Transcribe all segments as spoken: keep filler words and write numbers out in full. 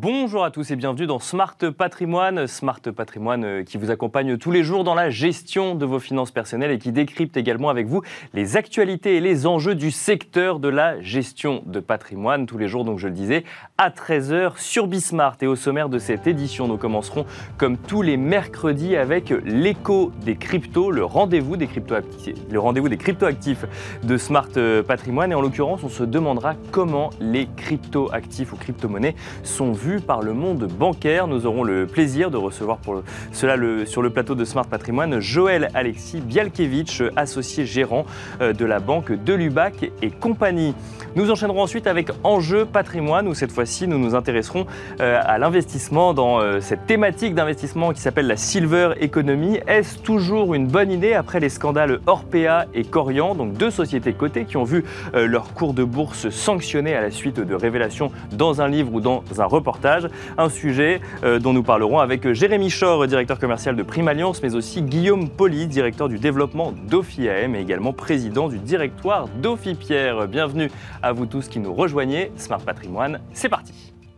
Bonjour à tous et bienvenue dans Smart Patrimoine. Smart Patrimoine qui vous accompagne tous les jours dans la gestion de vos finances personnelles et qui décrypte également avec vous les actualités et les enjeux du secteur de la gestion de patrimoine. Tous les jours, donc je le disais, à treize heures sur Bismart. Et au sommaire de cette édition, nous commencerons comme tous les mercredis avec l'écho des cryptos, le rendez-vous des crypto-actifs, le rendez-vous des crypto-actifs de Smart Patrimoine. Et en l'occurrence, on se demandera comment les crypto-actifs ou crypto-monnaies sont vus par le monde bancaire. Nous aurons le plaisir de recevoir pour cela le, sur le plateau de Smart Patrimoine Joël-Alexis Bialkiewicz, associé gérant de la banque de Lubac et compagnie. Nous enchaînerons ensuite avec Enjeu Patrimoine, où cette fois-ci nous nous intéresserons à l'investissement dans cette thématique d'investissement qui s'appelle la Silver Economy. Est-ce toujours une bonne idée après les scandales Orpea et Corian, donc deux sociétés cotées qui ont vu leur cours de bourse sanctionné à la suite de révélations dans un livre ou dans un reportage? Un sujet euh, dont nous parlerons avec Jérémy Chor, directeur commercial de Prime Alliance, mais aussi Guillaume Poli, directeur du développement d'Ophi A M et également président du directoire d'Ophi Pierre. Bienvenue à vous tous qui nous rejoignez. Smart Patrimoine, c'est parti.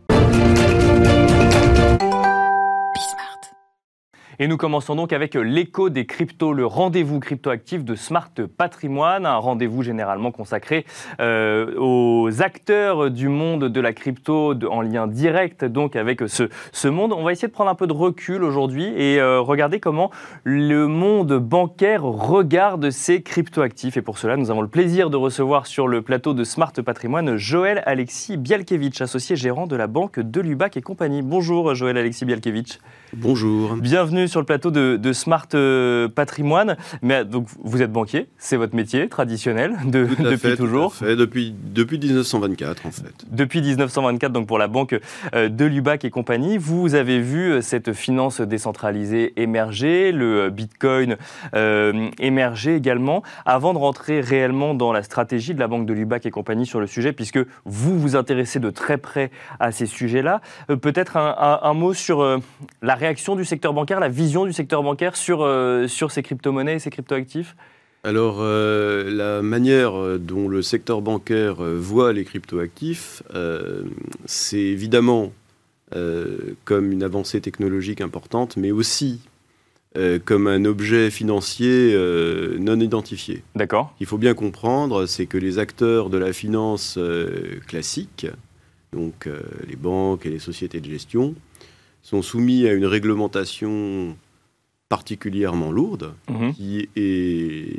Et nous commençons donc avec l'écho des cryptos, le rendez-vous crypto-actif de Smart Patrimoine, un rendez-vous généralement consacré euh, aux acteurs du monde de la crypto de, en lien direct donc avec ce, ce monde. On va essayer de prendre un peu de recul aujourd'hui et euh, regarder comment le monde bancaire regarde ces crypto-actifs. Et pour cela, nous avons le plaisir de recevoir sur le plateau de Smart Patrimoine Joël-Alexis Bialkiewicz, associé gérant de la banque de Lubac et compagnie. Bonjour Joël-Alexis Bialkiewicz. Bonjour. Bienvenue sur le plateau de, de Smart euh, Patrimoine. Mais, donc, vous êtes banquier, c'est votre métier traditionnel de, tout à depuis fait, toujours. Tout à fait, depuis, depuis dix-neuf cent vingt-quatre en fait. Depuis dix-neuf cent vingt-quatre, donc pour la banque euh, de Lubac et compagnie. Vous avez vu cette finance décentralisée émerger, le Bitcoin euh, émerger également. Avant de rentrer réellement dans la stratégie de la banque de Lubac et compagnie sur le sujet, puisque vous vous intéressez de très près à ces sujets-là, euh, peut-être un, un, un mot sur euh, la réaction du secteur bancaire, la vision du secteur bancaire sur, euh, sur ces crypto-monnaies et ces crypto-actifs? Alors, euh, la manière dont le secteur bancaire voit les crypto-actifs, euh, c'est évidemment euh, comme une avancée technologique importante, mais aussi euh, comme un objet financier euh, non identifié. D'accord. Il faut bien comprendre, c'est que les acteurs de la finance euh, classique, donc euh, les banques et les sociétés de gestion, sont soumis à une réglementation particulièrement lourde, mmh. qui est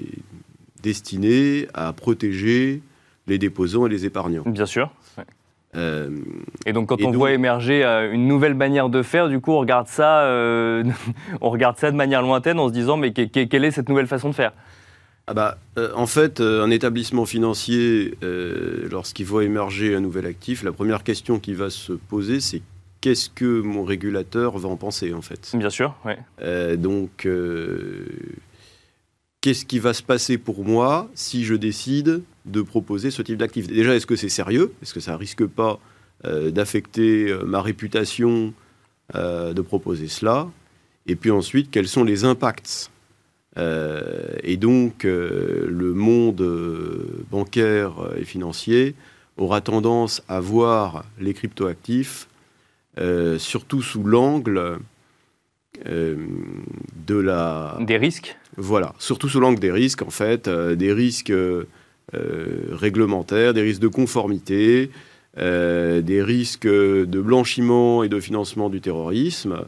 destinée à protéger les déposants et les épargnants. Bien sûr. Ouais. Euh, et donc quand et on donc, voit émerger euh, une nouvelle manière de faire, du coup on regarde ça, euh, on regarde ça de manière lointaine en se disant mais que, que, quelle est cette nouvelle façon de faire? Ah bah, euh, en fait, euh, un établissement financier, euh, lorsqu'il voit émerger un nouvel actif, la première question qui va se poser, c'est qu'est-ce que mon régulateur va en penser, en fait? Bien sûr, oui. Euh, donc, euh, qu'est-ce qui va se passer pour moi si je décide de proposer ce type d'actif? Déjà, est-ce que c'est sérieux? Est-ce que ça ne risque pas euh, d'affecter euh, ma réputation euh, de proposer cela? Et puis ensuite, quels sont les impacts? euh, Et donc, euh, le monde euh, bancaire et financier aura tendance à voir les cryptoactifs Euh, surtout sous l'angle euh, de la... Des risques. Voilà, surtout sous l'angle des risques, en fait, euh, des risques euh, réglementaires, des risques de conformité, euh, des risques de blanchiment et de financement du terrorisme,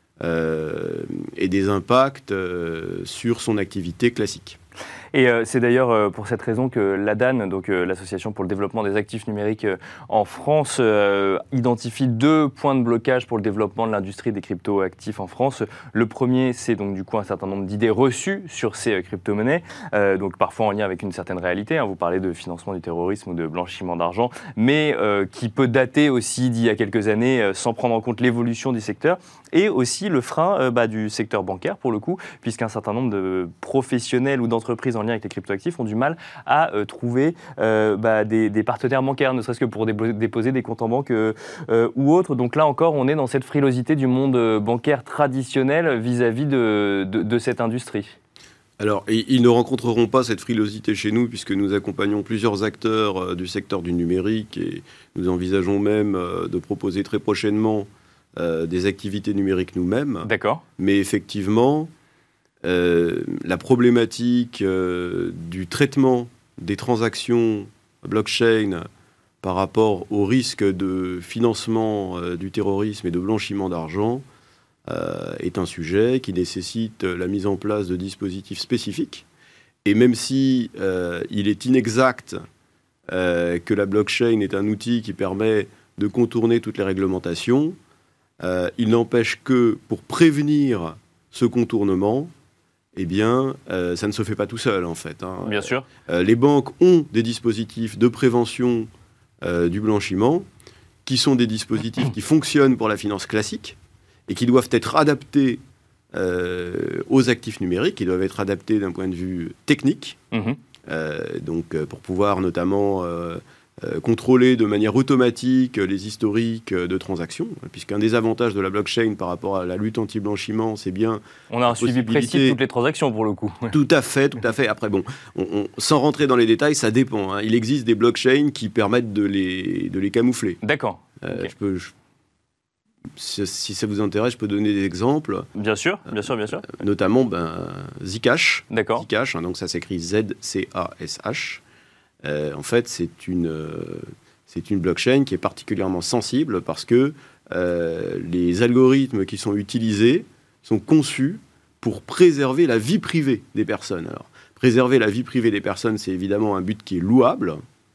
euh, et des impacts euh, sur son activité classique. Et euh, c'est d'ailleurs euh, pour cette raison que l'A D A N, donc euh, l'Association pour le développement des actifs numériques euh, en France, euh, identifie deux points de blocage pour le développement de l'industrie des crypto-actifs en France. Le premier, c'est donc du coup un certain nombre d'idées reçues sur ces euh, crypto-monnaies, euh, donc parfois en lien avec une certaine réalité. Hein, vous parlez de financement du terrorisme ou de blanchiment d'argent, mais euh, qui peut dater aussi d'il y a quelques années euh, sans prendre en compte l'évolution du secteur. Et aussi le frein euh, bah, du secteur bancaire, pour le coup, puisqu'un certain nombre de professionnels ou d'entreprises en lien avec les cryptoactifs ont du mal à euh, trouver euh, bah, des, des partenaires bancaires, ne serait-ce que pour dé- déposer des comptes en banque euh, euh, ou autres. Donc là encore, on est dans cette frilosité du monde bancaire traditionnel vis-à-vis de, de, de cette industrie. Alors, ils ne rencontreront pas cette frilosité chez nous, puisque nous accompagnons plusieurs acteurs euh, du secteur du numérique et nous envisageons même euh, de proposer très prochainement euh, des activités numériques nous-mêmes. D'accord. Mais effectivement, euh, la problématique euh, du traitement des transactions blockchain par rapport au risque de financement euh, du terrorisme et de blanchiment d'argent Euh, est un sujet qui nécessite la mise en place de dispositifs spécifiques. Et même si euh, il est inexact euh, que la blockchain est un outil qui permet de contourner toutes les réglementations, euh, il n'empêche que pour prévenir ce contournement, eh bien, euh, ça ne se fait pas tout seul, en fait. Hein. Bien sûr. Euh, les banques ont des dispositifs de prévention euh, du blanchiment, qui sont des dispositifs qui fonctionnent pour la finance classique, et qui doivent être adaptés euh, aux actifs numériques, qui doivent être adaptés d'un point de vue technique, mmh. euh, donc euh, pour pouvoir notamment euh, euh, contrôler de manière automatique les historiques de transactions, puisqu'un des avantages de la blockchain par rapport à la lutte anti-blanchiment, c'est bien... On a un suivi précis de toutes les transactions, pour le coup. Tout à fait, tout à fait. Après, bon, on, on, sans rentrer dans les détails, ça dépend. Hein. Il existe des blockchains qui permettent de les, de les camoufler. D'accord. Euh, okay. Je peux... Je, Si ça vous intéresse, je peux donner des exemples. Bien sûr, bien sûr, bien sûr. Euh, notamment ben, Zcash. D'accord. Zcash, hein, donc ça s'écrit Z C A S H. Euh, en fait, c'est une, euh, c'est une blockchain qui est particulièrement sensible parce que euh, les algorithmes qui sont utilisés sont conçus pour préserver la vie privée des personnes. Alors, préserver la vie privée des personnes, c'est évidemment un but qui est louable.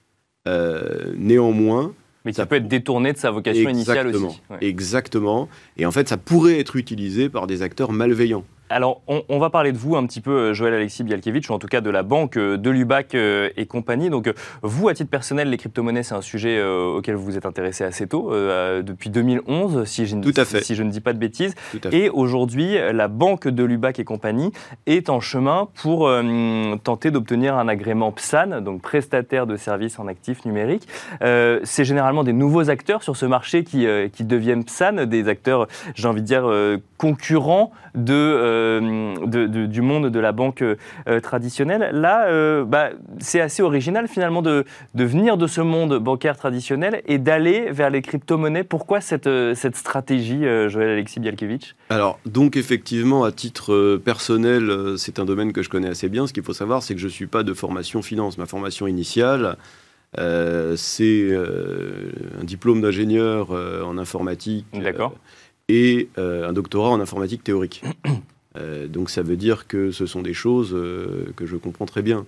Euh, néanmoins, mais qui ça peut être détourné de sa vocation exactement, initiale aussi. Ouais. Exactement. Et en fait, ça pourrait être utilisé par des acteurs malveillants. Alors, on, on va parler de vous un petit peu, Joël Alexis Bialkiewicz, ou en tout cas de la banque de Lubac et compagnie. Donc, vous, à titre personnel, les crypto-monnaies, c'est un sujet euh, auquel vous vous êtes intéressé assez tôt, euh, depuis deux mille onze, si je, tout à fait. si je ne dis pas de bêtises. Tout à fait. Et aujourd'hui, la banque de Lubac et compagnie est en chemin pour euh, tenter d'obtenir un agrément P S A N, donc prestataire de services en actifs numériques. Euh, c'est généralement des nouveaux acteurs sur ce marché qui, euh, qui deviennent P S A N, des acteurs, j'ai envie de dire, euh, concurrents de... Euh, De, de, du monde de la banque euh, traditionnelle. Là, euh, bah, c'est assez original finalement de, de venir de ce monde bancaire traditionnel et d'aller vers les crypto-monnaies. Pourquoi cette, cette stratégie, euh, Joël Alexis Bialkiewicz ? Alors, donc effectivement, à titre euh, personnel, euh, c'est un domaine que je connais assez bien. Ce qu'il faut savoir, c'est que je ne suis pas de formation finance. Ma formation initiale, euh, c'est euh, un diplôme d'ingénieur euh, en informatique euh, et euh, un doctorat en informatique théorique. Euh, donc ça veut dire que ce sont des choses euh, que je comprends très bien.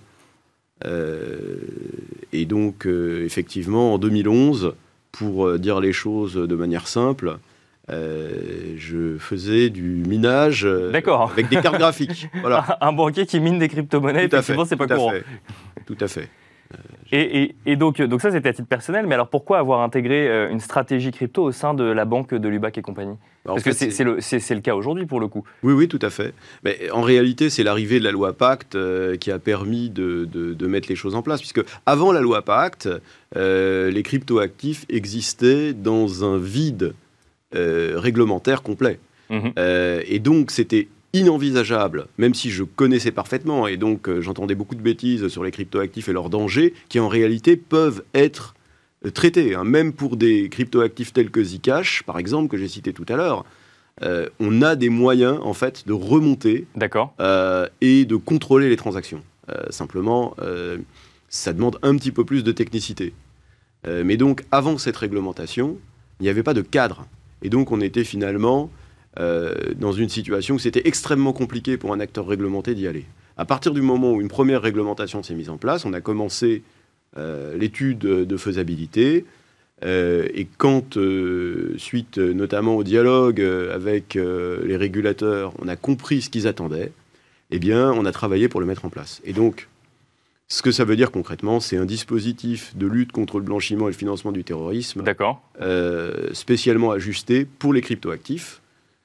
Euh, et donc, euh, effectivement, en deux mille onze, pour euh, dire les choses de manière simple, euh, je faisais du minage euh, avec des cartes graphiques. Voilà. Un banquier qui mine des crypto-monnaies, effectivement, c'est pas courant. Tout à fait. Euh, et, et, et donc, donc ça, c'était à titre personnel. Mais alors, pourquoi avoir intégré euh, une stratégie crypto au sein de la banque de Lubac et compagnie ? Parce que c'est, c'est, le, c'est, c'est le cas aujourd'hui, pour le coup. Oui, oui, tout à fait. Mais en réalité, c'est l'arrivée de la loi Pacte euh, qui a permis de, de, de mettre les choses en place. Puisque avant la loi Pacte, euh, les cryptoactifs existaient dans un vide euh, réglementaire complet. Mmh. Euh, et donc, c'était inenvisageable, même si je connaissais parfaitement, et donc euh, j'entendais beaucoup de bêtises sur les cryptoactifs et leurs dangers, qui en réalité peuvent être traités, hein. Même pour des cryptoactifs tels que Zcash, par exemple, que j'ai cité tout à l'heure, euh, on a des moyens, en fait, de remonter euh, et de contrôler les transactions. Euh, simplement, euh, ça demande un petit peu plus de technicité. Euh, mais donc, avant cette réglementation, il n'y avait pas de cadre. Et donc, on était finalement euh, dans une situation où c'était extrêmement compliqué pour un acteur réglementé d'y aller. À partir du moment où une première réglementation s'est mise en place, on a commencé Euh, l'étude de faisabilité euh, et quand, euh, suite euh, notamment au dialogue euh, avec euh, les régulateurs, on a compris ce qu'ils attendaient, eh bien, on a travaillé pour le mettre en place. Et donc, ce que ça veut dire concrètement, c'est un dispositif de lutte contre le blanchiment et le financement du terrorisme euh, spécialement ajusté pour les cryptoactifs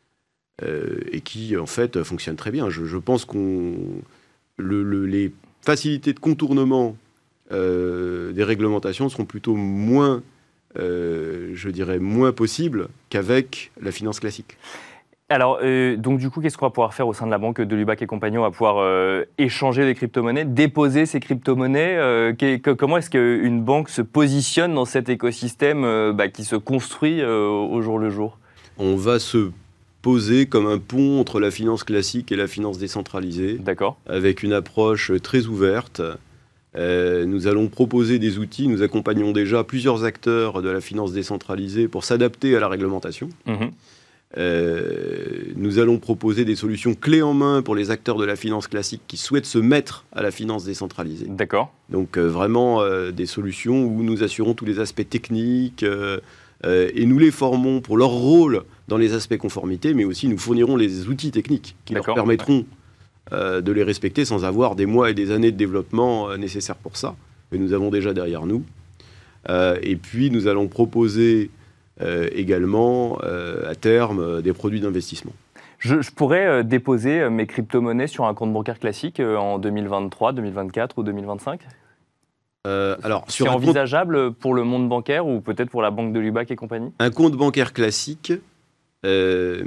euh, et qui, en fait, fonctionne très bien. Je, je pense qu'on le, le, les facilités de contournement Euh, des réglementations seront plutôt moins, euh, je dirais, moins possibles qu'avec la finance classique. Alors, euh, donc du coup, qu'est-ce qu'on va pouvoir faire au sein de la banque de Lubac et compagnie? On va pouvoir euh, échanger des crypto-monnaies, déposer ces crypto-monnaies. Euh, que, que, comment est-ce qu'une banque se positionne dans cet écosystème euh, bah, qui se construit euh, au jour le jour? On va se poser comme un pont entre la finance classique et la finance décentralisée. D'accord. Avec une approche très ouverte. Euh, nous allons proposer des outils. Nous accompagnons déjà plusieurs acteurs de la finance décentralisée pour s'adapter à la réglementation. Mmh. Euh, nous allons proposer des solutions clés en main pour les acteurs de la finance classique qui souhaitent se mettre à la finance décentralisée. D'accord. Donc euh, vraiment euh, des solutions où nous assurons tous les aspects techniques euh, euh, et nous les formons pour leur rôle dans les aspects conformité, mais aussi nous fournirons les outils techniques qui leur permettront ouais. euh, de les respecter sans avoir des mois et des années de développement euh, nécessaires pour ça, que nous avons déjà derrière nous. Euh, et puis nous allons proposer Euh, également euh, à terme euh, des produits d'investissement. Je, je pourrais euh, déposer euh, mes crypto-monnaies sur un compte bancaire classique euh, en deux mille vingt-trois, deux mille vingt-quatre ou deux mille vingt-cinq euh, alors, C'est envisageable compte... pour le monde bancaire ou peut-être pour la banque de Lubac et compagnie? Un compte bancaire classique, euh,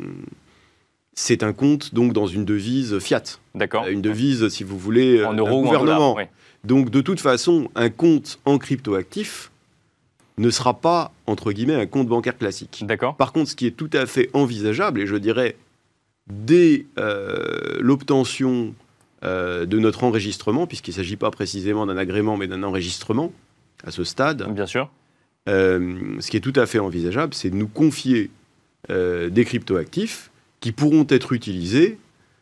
c'est un compte donc dans une devise fiat. D'accord. Une devise, si vous voulez, en euros ou gouvernement. En dollars, oui. Donc de toute façon, un compte en crypto-actif ne sera pas, entre guillemets, un compte bancaire classique. D'accord. Par contre, ce qui est tout à fait envisageable, et je dirais, dès euh, l'obtention euh, de notre enregistrement, puisqu'il ne s'agit pas précisément d'un agrément, mais d'un enregistrement, à ce stade, bien sûr. Euh, ce qui est tout à fait envisageable, c'est de nous confier euh, des cryptoactifs qui pourront être utilisés,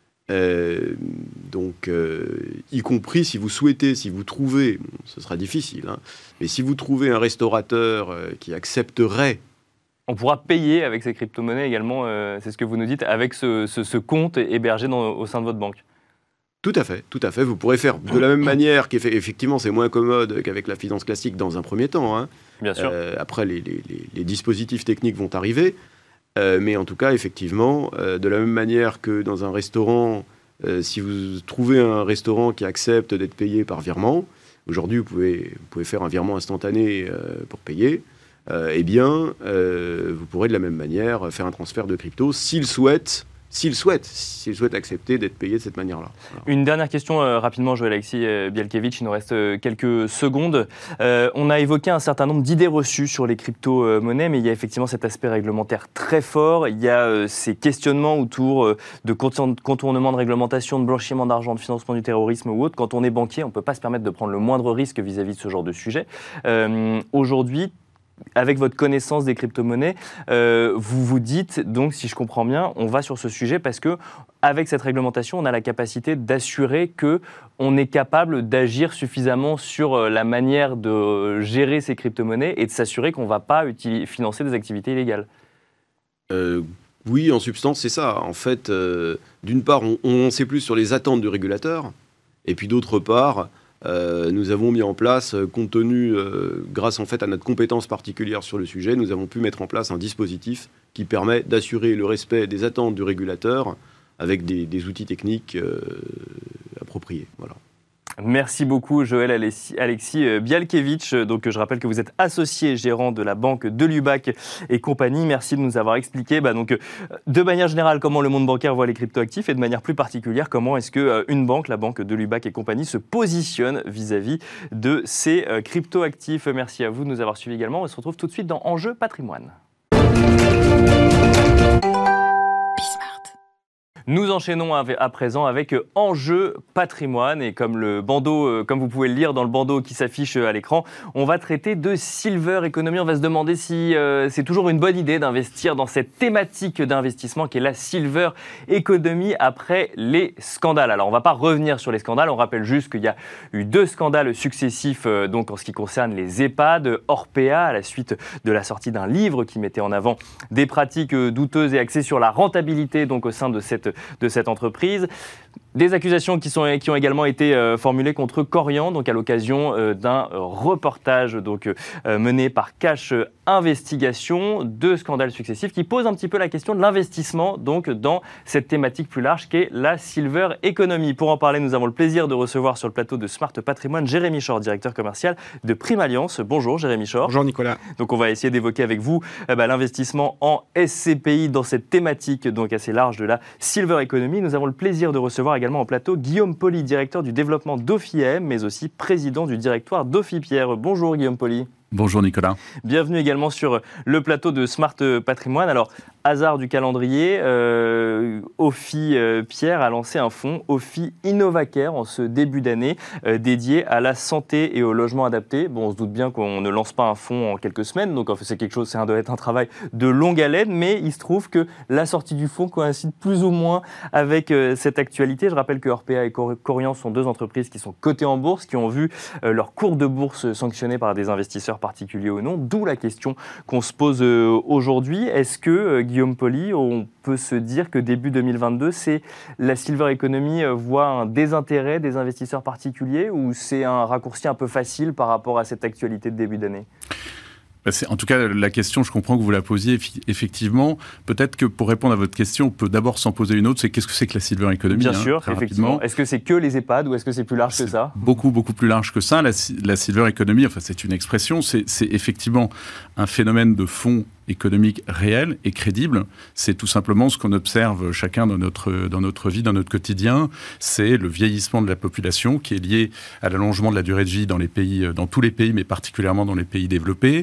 euh, donc, euh, y compris si vous souhaitez, si vous trouvez, bon, ce sera difficile, hein, mais si vous trouvez un restaurateur euh, qui accepterait... On pourra payer avec ces crypto-monnaies également, euh, c'est ce que vous nous dites, avec ce, ce, ce compte hébergé dans, au sein de votre banque. Tout à fait, tout à fait. Vous pourrez faire de la même manière qu'effectivement c'est moins commode qu'avec la finance classique dans un premier temps. Hein. Bien sûr. Euh, après, les, les, les, les dispositifs techniques vont arriver. Euh, mais en tout cas, effectivement, euh, de la même manière que dans un restaurant, euh, si vous trouvez un restaurant qui accepte d'être payé par virement, aujourd'hui, vous pouvez, vous pouvez faire un virement instantané euh, pour payer, euh, eh bien, euh, vous pourrez de la même manière faire un transfert de crypto s'il souhaite, s'il souhaite, s'il souhaite accepter d'être payé de cette manière-là. Voilà. Une dernière question euh, rapidement, Joël-Alexis euh, Bialkiewicz, il nous reste euh, quelques secondes. Euh, on a évoqué un certain nombre d'idées reçues sur les crypto-monnaies, mais il y a effectivement cet aspect réglementaire très fort. Il y a euh, ces questionnements autour euh, de contournement de réglementation, de blanchiment d'argent, de financement du terrorisme ou autre. Quand on est banquier, on ne peut pas se permettre de prendre le moindre risque vis-à-vis de ce genre de sujet. Euh, aujourd'hui, avec votre connaissance des crypto-monnaies, euh, vous vous dites, donc, si je comprends bien, on va sur ce sujet parce que, avec cette réglementation, on a la capacité d'assurer qu'on est capable d'agir suffisamment sur la manière de gérer ces crypto-monnaies et de s'assurer qu'on ne va pas utiliser, financer des activités illégales. Euh, oui, en substance, c'est ça. En fait, euh, d'une part, on, on sait plus sur les attentes du régulateur, et puis d'autre part, Euh, nous avons mis en place, compte tenu, euh, grâce en fait à notre compétence particulière sur le sujet, nous avons pu mettre en place un dispositif qui permet d'assurer le respect des attentes du régulateur avec des, des outils techniques euh, appropriés. Voilà. Merci beaucoup Joël-Alexis Bialkiewicz. Donc, je rappelle que vous êtes associé gérant de la banque de Lubac et compagnie. Merci de nous avoir expliqué bah, donc, de manière générale comment le monde bancaire voit les cryptoactifs et de manière plus particulière comment est-ce qu'une banque, la banque de Lubac et compagnie, se positionne vis-à-vis de ces cryptoactifs. Merci à vous de nous avoir suivis également. On se retrouve tout de suite dans Enjeu Patrimoine. Nous enchaînons à présent avec Enjeu Patrimoine et comme le bandeau, comme vous pouvez le lire dans le bandeau qui s'affiche à l'écran, on va traiter de Silver Economy. On va se demander si euh, c'est toujours une bonne idée d'investir dans cette thématique d'investissement qui est la Silver Economy après les scandales. Alors on ne va pas revenir sur les scandales, on rappelle juste qu'il y a eu deux scandales successifs euh, donc en ce qui concerne les EHPAD, Orpea à la suite de la sortie d'un livre qui mettait en avant des pratiques douteuses et axées sur la rentabilité donc au sein de cette de cette entreprise. Des accusations qui, sont, qui ont également été euh, formulées contre Korian, donc à l'occasion euh, d'un reportage donc, euh, mené par Cash Investigation, deux scandales successifs qui posent un petit peu la question de l'investissement donc, dans cette thématique plus large qu'est la Silver Economy. Pour en parler, nous avons le plaisir de recevoir sur le plateau de Smart Patrimoine Jérémy Chor, directeur commercial de Prime Alliance. Bonjour Jérémy Chor. Bonjour Nicolas. Donc on va essayer d'évoquer avec vous euh, bah, l'investissement en S C P I dans cette thématique donc assez large de la Silver Economy. Nous avons le plaisir de recevoir également en plateau Guillaume Poli, directeur du développement d'Ophi A M, mais aussi président du directoire d'Ophi Pierre. Bonjour Guillaume Poli. Bonjour Nicolas. Bienvenue également sur le plateau de Smart Patrimoine. Alors, hasard du calendrier, euh, Ophi euh, Pierre a lancé un fonds Ophi Innovacare en ce début d'année euh, dédié à la santé et au logement adapté. Bon, on se doute bien qu'on ne lance pas un fonds en quelques semaines, donc en fait, c'est quelque chose, ça doit être un travail de longue haleine, mais il se trouve que la sortie du fonds coïncide plus ou moins avec euh, cette actualité. Je rappelle que Orpea et Korian sont deux entreprises qui sont cotées en bourse, qui ont vu euh, leur cours de bourse sanctionné par des investisseurs particuliers ou non, d'où la question qu'on se pose euh, aujourd'hui. Est-ce que, euh, Guillaume Poli, on peut se dire que début deux mille vingt-deux, c'est la Silver Economy euh, voit un désintérêt des investisseurs particuliers ou c'est un raccourci un peu facile par rapport à cette actualité de début d'année ? C'est, en tout cas, la question, je comprends que vous la posiez effectivement. Peut-être que pour répondre à votre question, on peut d'abord s'en poser une autre, c'est qu'est-ce que c'est que la Silver Economy ? Bien hein, sûr, très effectivement. Rapidement. Est-ce que c'est que les EHPAD ou est-ce que c'est plus large c'est que ça ? Beaucoup, beaucoup plus large que ça. La, la Silver Economy, enfin c'est une expression, c'est, c'est effectivement un phénomène de fonds économique réel et crédible. C'est tout simplement ce qu'on observe chacun dans notre, dans notre vie, dans notre quotidien. C'est le vieillissement de la population qui est lié à l'allongement de la durée de vie dans, les pays, dans tous les pays, mais particulièrement dans les pays développés.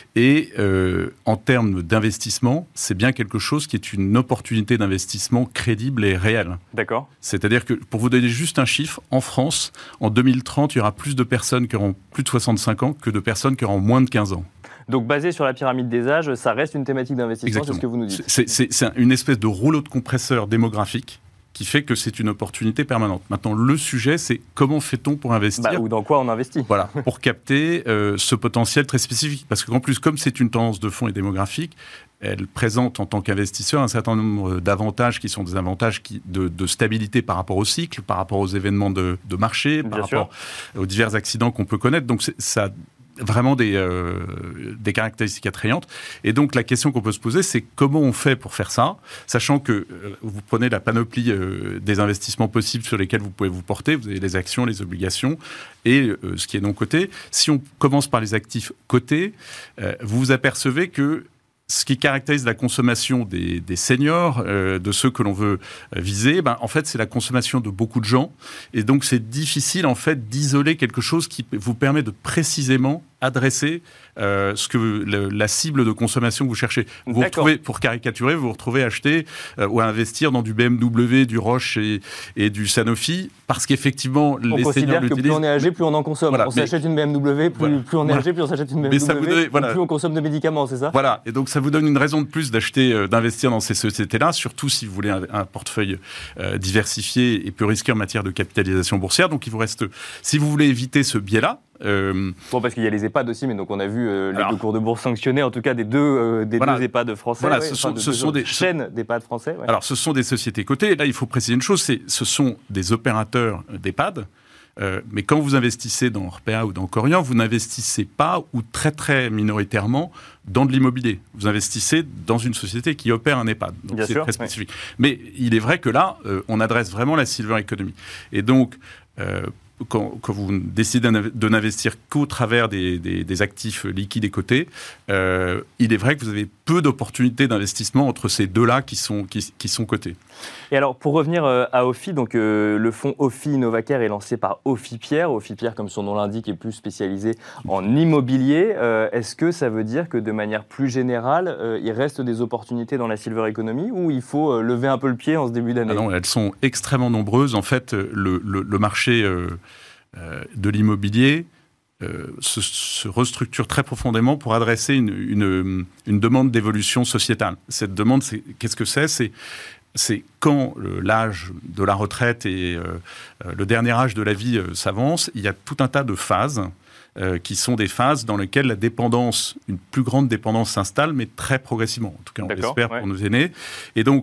Et euh, en termes d'investissement, c'est bien quelque chose qui est une opportunité d'investissement crédible et réelle. D'accord. C'est-à-dire que, pour vous donner juste un chiffre, en France, en deux mille trente, il y aura plus de personnes qui auront plus de soixante-cinq ans que de personnes qui auront moins de quinze ans. Donc, basé sur la pyramide des âges, ça reste une thématique d'investissement, c'est ce que vous nous dites. C'est, c'est, c'est une espèce de rouleau de compresseur démographique qui fait que c'est une opportunité permanente. Maintenant, le sujet, c'est comment fait-on pour investir ? Bah, ou dans quoi on investit ? Voilà, pour capter euh, ce potentiel très spécifique. Parce qu'en plus, comme c'est une tendance de fond et démographique, elle présente en tant qu'investisseur un certain nombre d'avantages qui sont des avantages qui, de, de stabilité par rapport au cycle, par rapport aux événements de, de marché, par Bien rapport sûr. aux divers accidents qu'on peut connaître. Donc, c'est, ça vraiment des, euh, des caractéristiques attrayantes. Et donc, la question qu'on peut se poser, c'est comment on fait pour faire ça, sachant que euh, vous prenez la panoplie euh, des investissements possibles sur lesquels vous pouvez vous porter. Vous avez les actions, les obligations et euh, ce qui est non coté. Si on commence par les actifs cotés, euh, vous vous apercevez que ce qui caractérise la consommation des, des seniors, euh, de ceux que l'on veut viser, ben, en fait, c'est la consommation de beaucoup de gens. Et donc, c'est difficile, en fait, d'isoler quelque chose qui vous permet de précisément adresser euh, ce que le, la cible de consommation que vous cherchez. Vous vous retrouvez, pour caricaturer, vous vous retrouvez à acheter euh, ou à investir dans du B M W, du Roche et, et du Sanofi, parce qu'effectivement, on les seniors l'utilisent. Plus on est âgé, plus on en consomme. Voilà, on mais, s'achète une B M W, plus, voilà, plus on est voilà. âgé, plus on s'achète une B M W, mais ça vous donne, voilà. plus on consomme de médicaments, c'est ça ? Voilà, et donc ça vous donne une raison de plus d'acheter, euh, d'investir dans ces sociétés-là, surtout si vous voulez un, un portefeuille euh, diversifié et peu risqué en matière de capitalisation boursière. Donc il vous reste, si vous voulez éviter ce biais-là, Euh, bon, parce qu'il y a les EHPAD aussi, mais donc on a vu euh, les alors, deux cours de bourse sanctionnés, en tout cas des deux, euh, des voilà, deux EHPAD français. Voilà, ouais, ce sont, enfin, de, ce de, sont des chaînes d'EHPAD français. Ouais. Alors, ce sont des sociétés cotées. Et là, il faut préciser une chose, c'est ce sont des opérateurs d'EHPAD. Euh, mais quand vous investissez dans Orpea ou dans Korian, vous n'investissez pas ou très très minoritairement dans de l'immobilier. Vous investissez dans une société qui opère un EHPAD. Donc Bien c'est sûr, très spécifique. Ouais. Mais il est vrai que là, euh, on adresse vraiment la Silver Economy. Et donc, euh, Quand, quand vous décidez de n'investir qu'au travers des, des, des actifs liquides et cotés, euh, il est vrai que vous avez peu d'opportunités d'investissement entre ces deux-là qui sont, qui, qui sont cotés. Et alors, pour revenir euh, à Ophi, donc, euh, le fonds Ophi Innovacare est lancé par Ophi Pierre. Ophi Pierre, comme son nom l'indique, est plus spécialisé en immobilier. Euh, est-ce que ça veut dire que de manière plus générale, euh, il reste des opportunités dans la Silver Economy ou il faut euh, lever un peu le pied en ce début d'année ? Ah non, elles sont extrêmement nombreuses. En fait, le, le, le marché euh, euh, de l'immobilier euh, se, se restructure très profondément pour adresser une, une, une demande d'évolution sociétale. Cette demande, c'est, qu'est-ce que c'est ? C'est c'est quand le, l'âge de la retraite et euh, le dernier âge de la vie euh, s'avance, il y a tout un tas de phases euh, qui sont des phases dans lesquelles la dépendance, une plus grande dépendance s'installe, mais très progressivement. En tout cas, on D'accord, l'espère ouais. pour nos aînés. Et donc,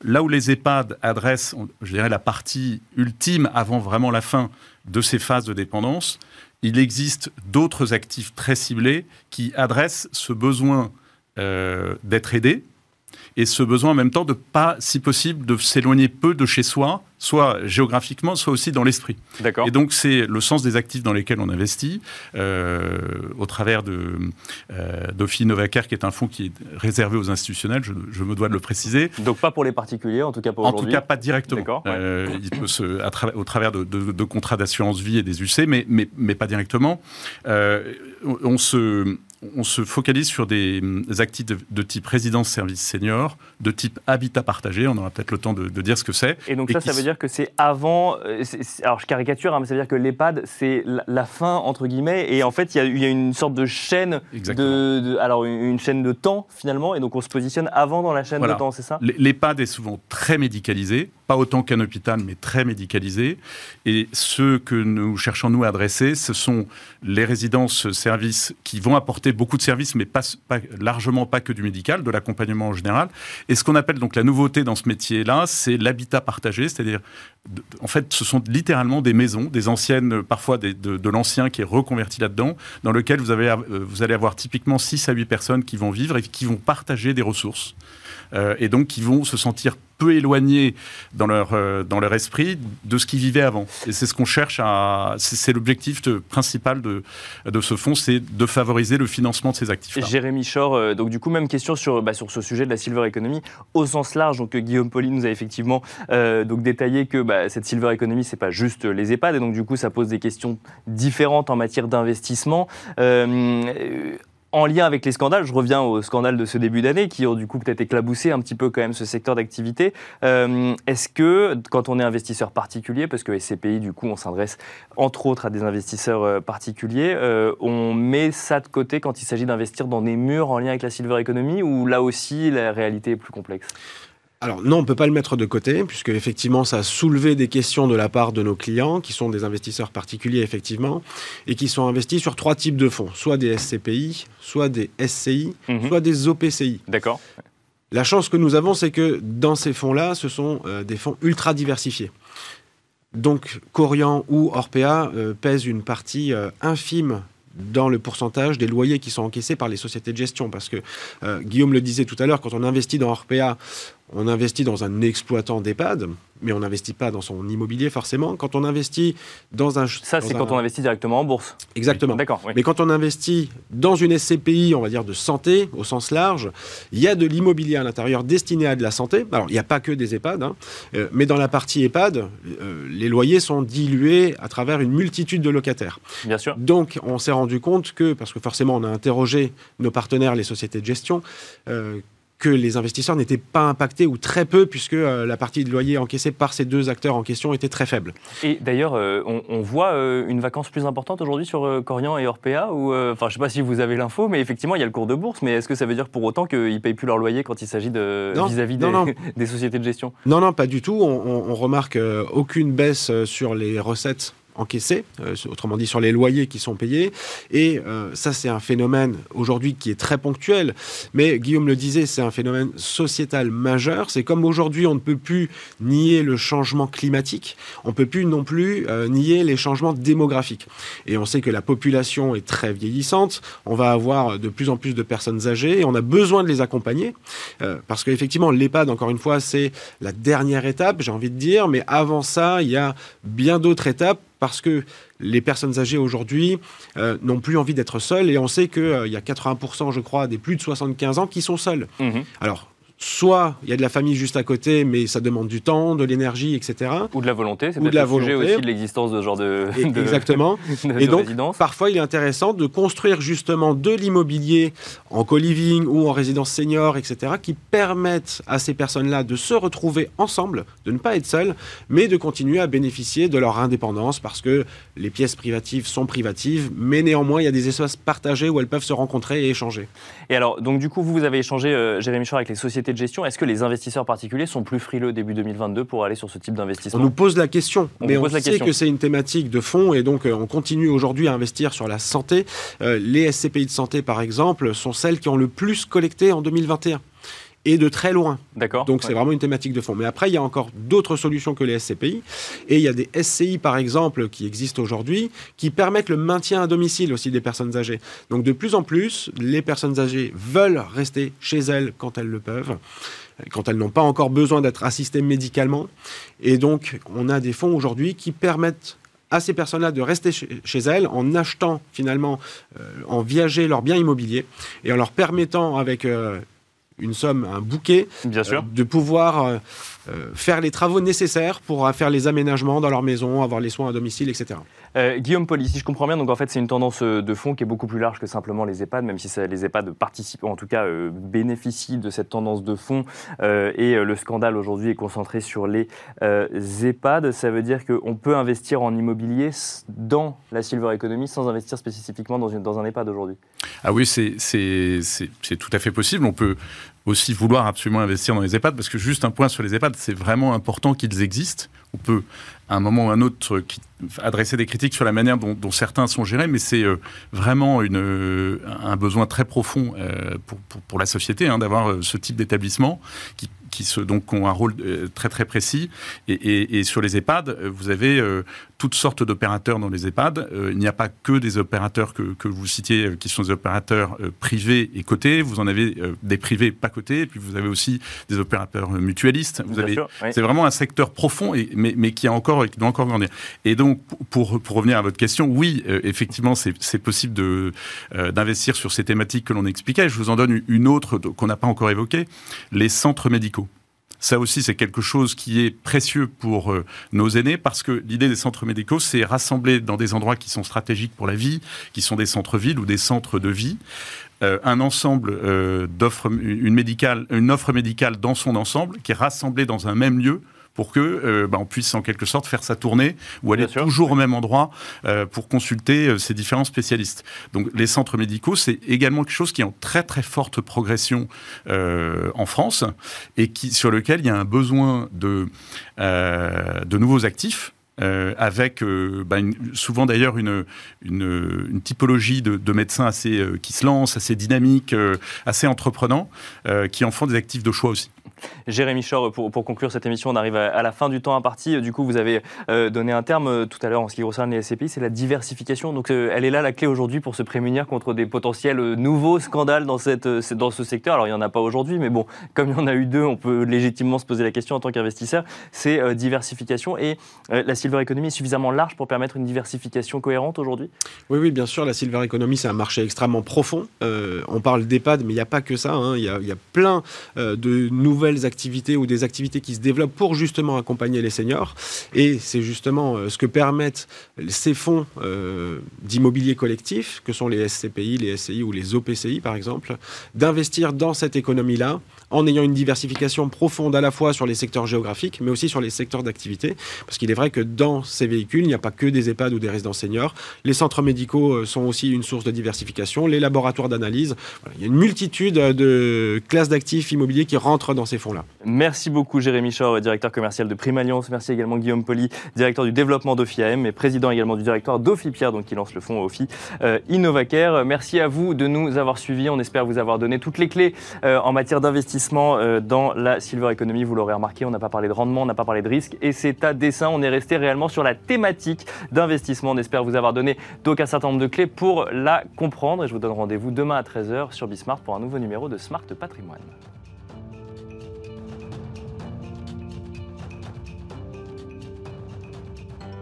là où les EHPAD adressent, je dirais, la partie ultime avant vraiment la fin de ces phases de dépendance, il existe d'autres actifs très ciblés qui adressent ce besoin euh, d'être aidé et ce besoin en même temps de pas, si possible, de s'éloigner peu de chez soi, soit géographiquement, soit aussi dans l'esprit. D'accord. Et donc, c'est le sens des actifs dans lesquels on investit, euh, au travers de euh, d'Ophi Novacare, qui est un fonds qui est réservé aux institutionnels, je, je me dois de le préciser. Donc, pas pour les particuliers, en tout cas pour en aujourd'hui. En tout cas, pas directement. D'accord, ouais. euh, il peut se, à tra- au travers de, de, de contrats d'assurance vie et des U C, mais, mais, mais pas directement. Euh, on, on se... On se focalise sur des actifs de, de type résidence service senior, de type habitat partagé. On aura peut-être le temps de, de dire ce que c'est. Et donc et ça, ça veut dire que c'est avant... C'est, c'est, alors je caricature, hein, mais ça veut dire que l'EHPAD, c'est la, la fin, entre guillemets, et en fait, il y, y a une sorte de chaîne de, de... Alors une, une chaîne de temps, finalement, et donc on se positionne avant dans la chaîne voilà. de temps, c'est ça ? L'EHPAD est souvent très médicalisé, pas autant qu'un hôpital, mais très médicalisé. Et ce que nous cherchons, nous, à adresser, ce sont les résidences-services qui vont apporter beaucoup de services, mais pas, pas, largement pas que du médical, de l'accompagnement en général. Et ce qu'on appelle donc la nouveauté dans ce métier-là, c'est l'habitat partagé, c'est-à-dire, de, en fait, ce sont littéralement des maisons, des anciennes, parfois des, de, de l'ancien qui est reconverti là-dedans, dans lequel vous, avez, euh, vous allez avoir typiquement six à huit personnes qui vont vivre et qui vont partager des ressources. Euh, et donc qui vont se sentir peu éloignés dans leur, euh, dans leur esprit de ce qu'ils vivaient avant. Et c'est ce qu'on cherche à... C'est, c'est l'objectif de, principal de, de ce fonds, c'est de favoriser le financement de ces actifs-là. Jérémy Chor, euh, donc du coup, même question sur, bah, sur ce sujet de la silver economy au sens large. Donc Guillaume Poli nous a effectivement euh, donc, détaillé que bah, cette silver economy, c'est pas juste les EHPAD, et donc du coup, ça pose des questions différentes en matière d'investissement. Euh, En lien avec les scandales, je reviens au scandale de ce début d'année qui ont du coup peut-être éclaboussé un petit peu quand même ce secteur d'activité. Euh, est-ce que quand on est investisseur particulier, parce que S C P I du coup on s'adresse entre autres à des investisseurs euh, particuliers, euh, on met ça de côté quand il s'agit d'investir dans des murs en lien avec la silver economy, ou là aussi la réalité est plus complexe ? Alors non, on ne peut pas le mettre de côté, puisque effectivement ça a soulevé des questions de la part de nos clients, qui sont des investisseurs particuliers effectivement, et qui sont investis sur trois types de fonds, soit des S C P I, soit des S C I, mmh. soit des O P C I. D'accord. La chance que nous avons, c'est que dans ces fonds-là, ce sont euh, des fonds ultra diversifiés. Donc Corian ou Orpea euh, pèsent une partie euh, infime dans le pourcentage des loyers qui sont encaissés par les sociétés de gestion. Parce que, euh, Guillaume le disait tout à l'heure, quand on investit dans Orpea, on investit dans un exploitant d'EHPAD, mais on n'investit pas dans son immobilier forcément. Quand on investit dans un... Ça, dans c'est un... quand on investit directement en bourse. Exactement. Oui. D'accord, oui. Mais quand on investit dans une S C P I, on va dire de santé, au sens large, il y a de l'immobilier à l'intérieur destiné à de la santé. Alors, il n'y a pas que des EHPAD, hein, euh, mais dans la partie EHPAD, euh, les loyers sont dilués à travers une multitude de locataires. Bien sûr. Donc, on s'est rendu compte que, parce que forcément, on a interrogé nos partenaires, les sociétés de gestion, euh, que les investisseurs n'étaient pas impactés, ou très peu, puisque euh, la partie de loyer encaissée par ces deux acteurs en question était très faible. Et d'ailleurs, euh, on, on voit euh, une vacance plus importante aujourd'hui sur euh, Corian et Orpea, ou, euh, je ne sais pas si vous avez l'info, mais effectivement, il y a le cours de bourse, mais est-ce que ça veut dire pour autant qu'ils ne payent plus leur loyer quand il s'agit de non, vis-à-vis non, des, non. des sociétés de gestion ? Non, non, pas du tout. On, on, on remarque euh, aucune baisse euh, sur les recettes encaissés, euh, autrement dit sur les loyers qui sont payés. Et euh, ça, c'est un phénomène aujourd'hui qui est très ponctuel. Mais Guillaume le disait, c'est un phénomène sociétal majeur. C'est comme aujourd'hui, on ne peut plus nier le changement climatique. On ne peut plus non plus euh, nier les changements démographiques. Et on sait que la population est très vieillissante. On va avoir de plus en plus de personnes âgées et on a besoin de les accompagner. Euh, parce qu'effectivement, l'EHPAD, encore une fois, c'est la dernière étape, j'ai envie de dire. Mais avant ça, il y a bien d'autres étapes, parce que les personnes âgées aujourd'hui euh, n'ont plus envie d'être seules, et on sait qu'il euh, y a quatre-vingts pour cent, je crois, des plus de soixante-quinze ans qui sont seuls. Mmh. Alors, soit il y a de la famille juste à côté, mais ça demande du temps, de l'énergie, et cetera. Ou de la volonté, c'est Ou peut-être de la le sujet volonté. aussi de l'existence de ce genre de, et, de Exactement. de, et de donc, résidence. Parfois, il est intéressant de construire justement de l'immobilier en co-living ou en résidence senior, et cetera, qui permettent à ces personnes-là de se retrouver ensemble, de ne pas être seules, mais de continuer à bénéficier de leur indépendance, parce que les pièces privatives sont privatives, mais néanmoins, il y a des espaces partagés où elles peuvent se rencontrer et échanger. Et alors, donc du coup, vous, vous avez échangé, euh, Jérémy Chor, avec les sociétés de gestion. Est-ce que les investisseurs particuliers sont plus frileux début deux mille vingt-deux pour aller sur ce type d'investissement ? On nous pose la question, on mais on sait question. que c'est une thématique de fond, et donc euh, on continue aujourd'hui à investir sur la santé. Euh, les S C P I de santé, par exemple, sont celles qui ont le plus collecté en deux mille vingt et un. et de très loin. D'accord. Donc, ouais. c'est vraiment une thématique de fond. Mais après, il y a encore d'autres solutions que les S C P I. Et il y a des S C I, par exemple, qui existent aujourd'hui, qui permettent le maintien à domicile aussi des personnes âgées. Donc, de plus en plus, les personnes âgées veulent rester chez elles quand elles le peuvent, quand elles n'ont pas encore besoin d'être assistées médicalement. Et donc, on a des fonds aujourd'hui qui permettent à ces personnes-là de rester chez, chez elles en achetant finalement, euh, en viager leurs biens immobiliers et en leur permettant avec euh, une somme, un bouquet, Bien sûr. euh, de pouvoir euh, euh, faire les travaux nécessaires pour euh, faire les aménagements dans leur maison, avoir les soins à domicile, et cetera. Euh, Guillaume Poli, si je comprends bien, donc en fait c'est une tendance de fond qui est beaucoup plus large que simplement les EHPAD, même si ça, les EHPAD participent, en tout cas euh, bénéficient de cette tendance de fond euh, et euh, le scandale aujourd'hui est concentré sur les euh, EHPAD. Ça veut dire qu'on peut investir en immobilier dans la silver economy sans investir spécifiquement dans, une, dans un EHPAD aujourd'hui? Ah oui, c'est, c'est, c'est, c'est tout à fait possible. On peut aussi vouloir absolument investir dans les EHPAD, parce que juste un point sur les EHPAD, c'est vraiment important qu'ils existent. On peut, à un moment ou à un autre, qui, adresser des critiques sur la manière dont, dont certains sont gérés, mais c'est euh, vraiment une, euh, un besoin très profond euh, pour, pour, pour la société hein, d'avoir euh, ce type d'établissement qui, qui se, donc, ont un rôle euh, très très précis. Et, et, et sur les EHPAD, vous avez euh, toutes sortes d'opérateurs dans les EHPAD. Euh, il n'y a pas que des opérateurs que, que vous citiez, euh, qui sont des opérateurs euh, privés et cotés. Vous en avez euh, des privés pas cotés, et puis vous avez aussi des opérateurs euh, mutualistes. Vous Bien avez, sûr, oui. C'est vraiment un secteur profond, et, mais, mais qui, a encore, qui doit encore grandir. Et donc, pour, pour revenir à votre question, oui, euh, effectivement, c'est, c'est possible de, euh, d'investir sur ces thématiques que l'on expliquait. Je vous en donne une autre qu'on n'a pas encore évoquée, les centres médicaux. Ça aussi, c'est quelque chose qui est précieux pour euh, nos aînés, parce que l'idée des centres médicaux, c'est rassembler dans des endroits qui sont stratégiques pour la vie, qui sont des centres-villes ou des centres de vie, euh, un ensemble euh, d'offres, une, médicale, une offre médicale dans son ensemble, qui est rassemblée dans un même lieu, pour que euh, bah, on puisse en quelque sorte faire sa tournée ou aller toujours oui. au même endroit euh, pour consulter euh, ces différents spécialistes. Donc les centres médicaux, c'est également quelque chose qui est en très très forte progression euh, en France et qui, sur lequel il y a un besoin de, euh, de nouveaux actifs. Euh, avec euh, bah une, souvent d'ailleurs une, une, une typologie de, de médecins assez, euh, qui se lancent, assez dynamiques, euh, assez entreprenants, euh, qui en font des actifs de choix aussi. Jérémy Chor, pour, pour conclure cette émission, on arrive à, à la fin du temps imparti. Du coup, vous avez euh, donné un terme euh, tout à l'heure en ce qui concerne les S C P I, c'est la diversification. Donc, euh, elle est là la clé aujourd'hui pour se prémunir contre des potentiels euh, nouveaux scandales dans, cette, euh, dans ce secteur. Alors, il n'y en a pas aujourd'hui, mais bon, comme il y en a eu deux, on peut légitimement se poser la question en tant qu'investisseur. C'est euh, diversification. Et euh, la silver economy est suffisamment large pour permettre une diversification cohérente aujourd'hui? Oui, oui, bien sûr. La silver economy, c'est un marché extrêmement profond. Euh, on parle d'EHPAD, mais il n'y a pas que ça. Hein. Il y a, il y a plein euh, de nouvelles activités ou des activités qui se développent pour justement accompagner les seniors. Et c'est justement euh, ce que permettent ces fonds euh, d'immobilier collectif, que sont les S C P I, les S C I ou les O P C I par exemple, d'investir dans cette économie-là en ayant une diversification profonde à la fois sur les secteurs géographiques, mais aussi sur les secteurs d'activité. Parce qu'il est vrai que dans ces véhicules, il n'y a pas que des EHPAD ou des résidences seniors. Les centres médicaux sont aussi une source de diversification, les laboratoires d'analyse. Voilà, il y a une multitude de classes d'actifs immobiliers qui rentrent dans ces fonds-là. Merci beaucoup Jérémy Chor, directeur commercial de Prime Alliance. Merci également Guillaume Poli, directeur du développement d'O F I A M et président également du directoire d'O F I Pierre, donc qui lance le fonds O F I euh, Innovacare. Merci à vous de nous avoir suivis. On espère vous avoir donné toutes les clés euh, en matière d'investissement euh, dans la silver economy. Vous l'aurez remarqué, on n'a pas parlé de rendement, on n'a pas parlé de risque et c'est à dessein. On est resté réellement sur la thématique d'investissement. On espère vous avoir donné donc un certain nombre de clés pour la comprendre. Et je vous donne rendez-vous demain à treize heures sur Bismart pour un nouveau numéro de Smart Patrimoine.